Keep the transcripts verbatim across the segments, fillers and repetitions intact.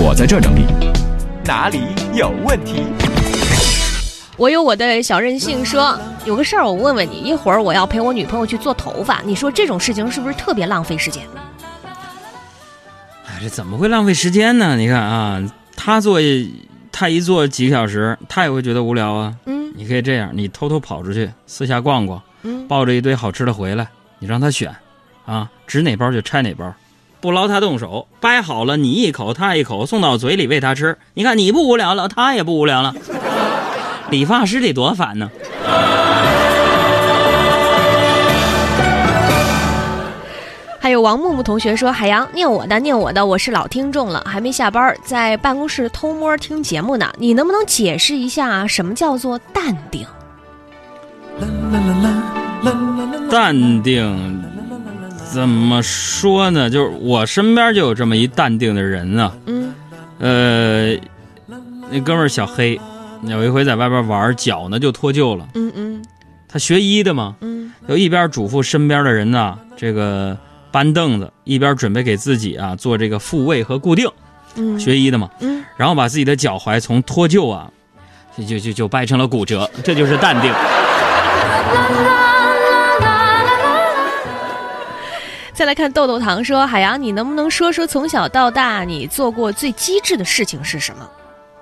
我在这整理，哪里有问题？ 我有我的小任性说，有个事儿我问问你，一会儿我要陪我女朋友去做头发，你说这种事情是不是特别浪费时间？ 哎，这怎么会浪费时间呢？你看啊，他做他一做几个小时，他也会觉得无聊啊。嗯，你可以这样，你偷偷跑出去，私下逛逛，嗯，抱着一堆好吃的回来，你让他选，啊，指哪包就拆哪包，不劳他动手，掰好了你一口他一口，送到嘴里喂他吃。你看你不无聊了，他也不无聊了。理发师得多烦呢。 还有王木木同学说，海洋念我的念我的，我是老听众了，还没下班，在办公室偷摸听节目呢，你能不能解释一下什么叫做淡定？ 淡定怎么说呢？就是我身边就有这么一淡定的人啊。嗯，呃，那哥们儿小黑，有一回在外边玩，脚呢就脱臼了。嗯嗯，他学医的嘛，嗯，就一边嘱咐身边的人呢、啊，这个搬凳子，一边准备给自己啊做这个复位和固定。嗯，学医的嘛，嗯，然后把自己的脚踝从脱臼啊，就就就掰成了骨折，这就是淡定。 再来看豆豆糖说，海洋，你能不能说说从小到大你做过最机智的事情是什么？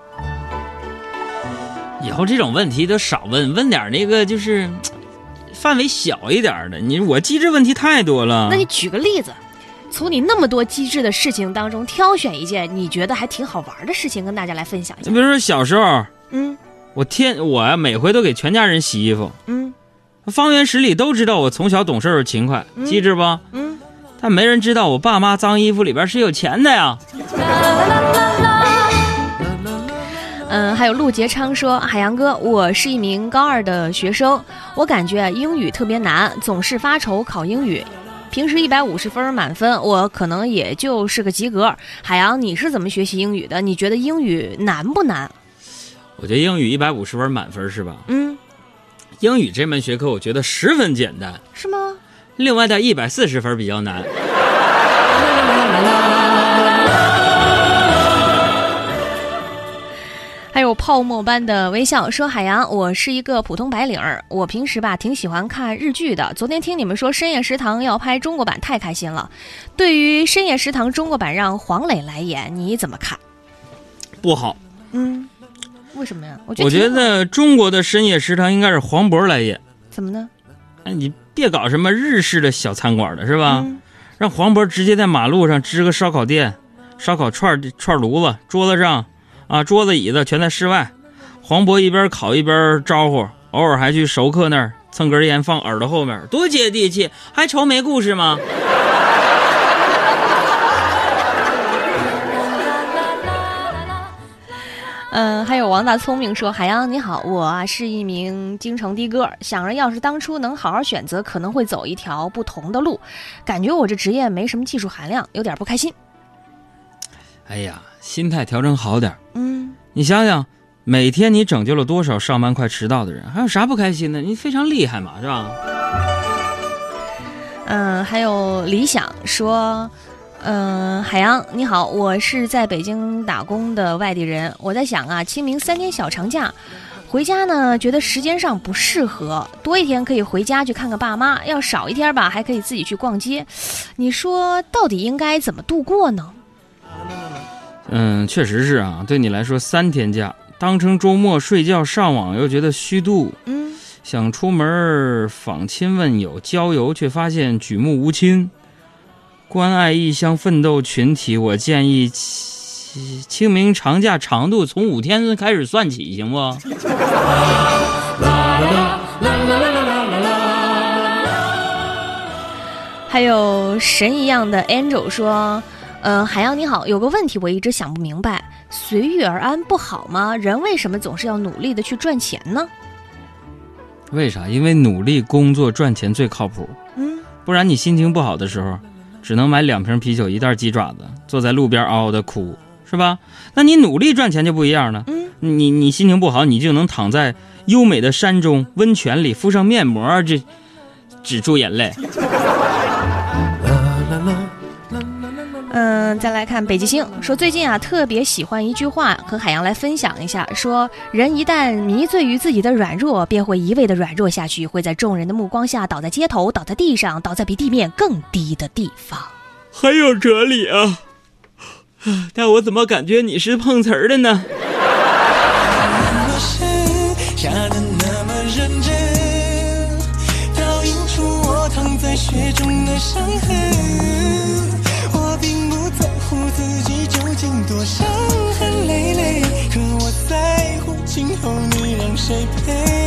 以后这种问题都少问，问点那个就是范围小一点的。你我机智问题太多了。 那你举个例子，从你那么多机智的事情当中挑选一件你觉得还挺好玩的事情跟大家来分享一下。 比如说小时候，嗯，我天，我呀每回都给全家人洗衣服，嗯，方圆十里都知道我从小懂事勤快，嗯、机智不？嗯，但没人知道我爸妈脏衣服里边是有钱的呀。 嗯，还有陆杰昌说，海洋哥，我是一名高二的学生，我感觉英语特别难，总是发愁考英语，平时一百五十分满分，我可能也就是个及格。海洋，你是怎么学习英语的？你觉得英语难不难？ 我觉得英语一百五十分满分是吧？嗯，英语这门学科我觉得十分简单， 是吗？ 另外的一百四十分比较难。 还有泡沫般的微笑说，海洋，我是一个普通白领儿，我平时吧挺喜欢看日剧的，昨天听你们说深夜食堂要拍中国版，太开心了。对于深夜食堂中国版让黄磊来演，你怎么看？ 不好。 嗯，为什么呀？我觉得我觉得中国的深夜食堂应该是黄渤来演。 怎么呢？ 哎，你别搞什么日式的小餐馆的是吧、嗯、让黄渤直接在马路上支个烧烤店，烧烤串串炉子，桌子上啊，桌子椅子全在室外，黄渤一边烤一边招呼，偶尔还去熟客那儿蹭根烟放耳朵后面，多接地气，还愁没故事吗？ 嗯，还有王大聪明说，海洋你好，我啊是一名京城的哥，想着要是当初能好好选择，可能会走一条不同的路，感觉我这职业没什么技术含量，有点不开心。 哎呀，心态调整好点。嗯，你想想，每天你拯救了多少上班快迟到的人，还有啥不开心的？你非常厉害嘛，是吧？ 嗯，还有理想说，嗯，海洋你好，我是在北京打工的外地人，我在想啊，清明三天小长假回家呢，觉得时间上不适合，多一天可以回家去看看爸妈，要少一天吧，还可以自己去逛街。你说到底应该怎么度过呢？ 嗯，确实是啊，对你来说三天假当成周末睡觉上网又觉得虚度，嗯，想出门访亲问友郊游，却发现举目无亲。关爱异乡奋斗群体，我建议清明长假长度从五天开始算起，行不？ 还有神一样的 Angel 说，呃，海洋你好，有个问题我一直想不明白，随遇而安不好吗？人为什么总是要努力的去赚钱呢？ 为啥？因为努力工作赚钱最靠谱。嗯，不然你心情不好的时候只能买两瓶啤酒一袋鸡爪子，坐在路边嗷嗷的哭，是吧？那你努力赚钱就不一样了。嗯，你你心情不好，你就能躺在优美的山中温泉里敷上面膜，这止住眼泪。 嗯，再来看北极星说，最近啊特别喜欢一句话，和海洋来分享一下，说人一旦迷醉于自己的软弱，便会一味的软弱下去，会在众人的目光下倒在街头，倒在地上，倒在比地面更低的地方。 很有哲理啊，但我怎么感觉你是碰瓷儿的呢？ 下的那么认真，倒映出我躺在雪中的伤痕。我并不在乎自己究竟多伤痕累累，可我在乎今后你让谁陪。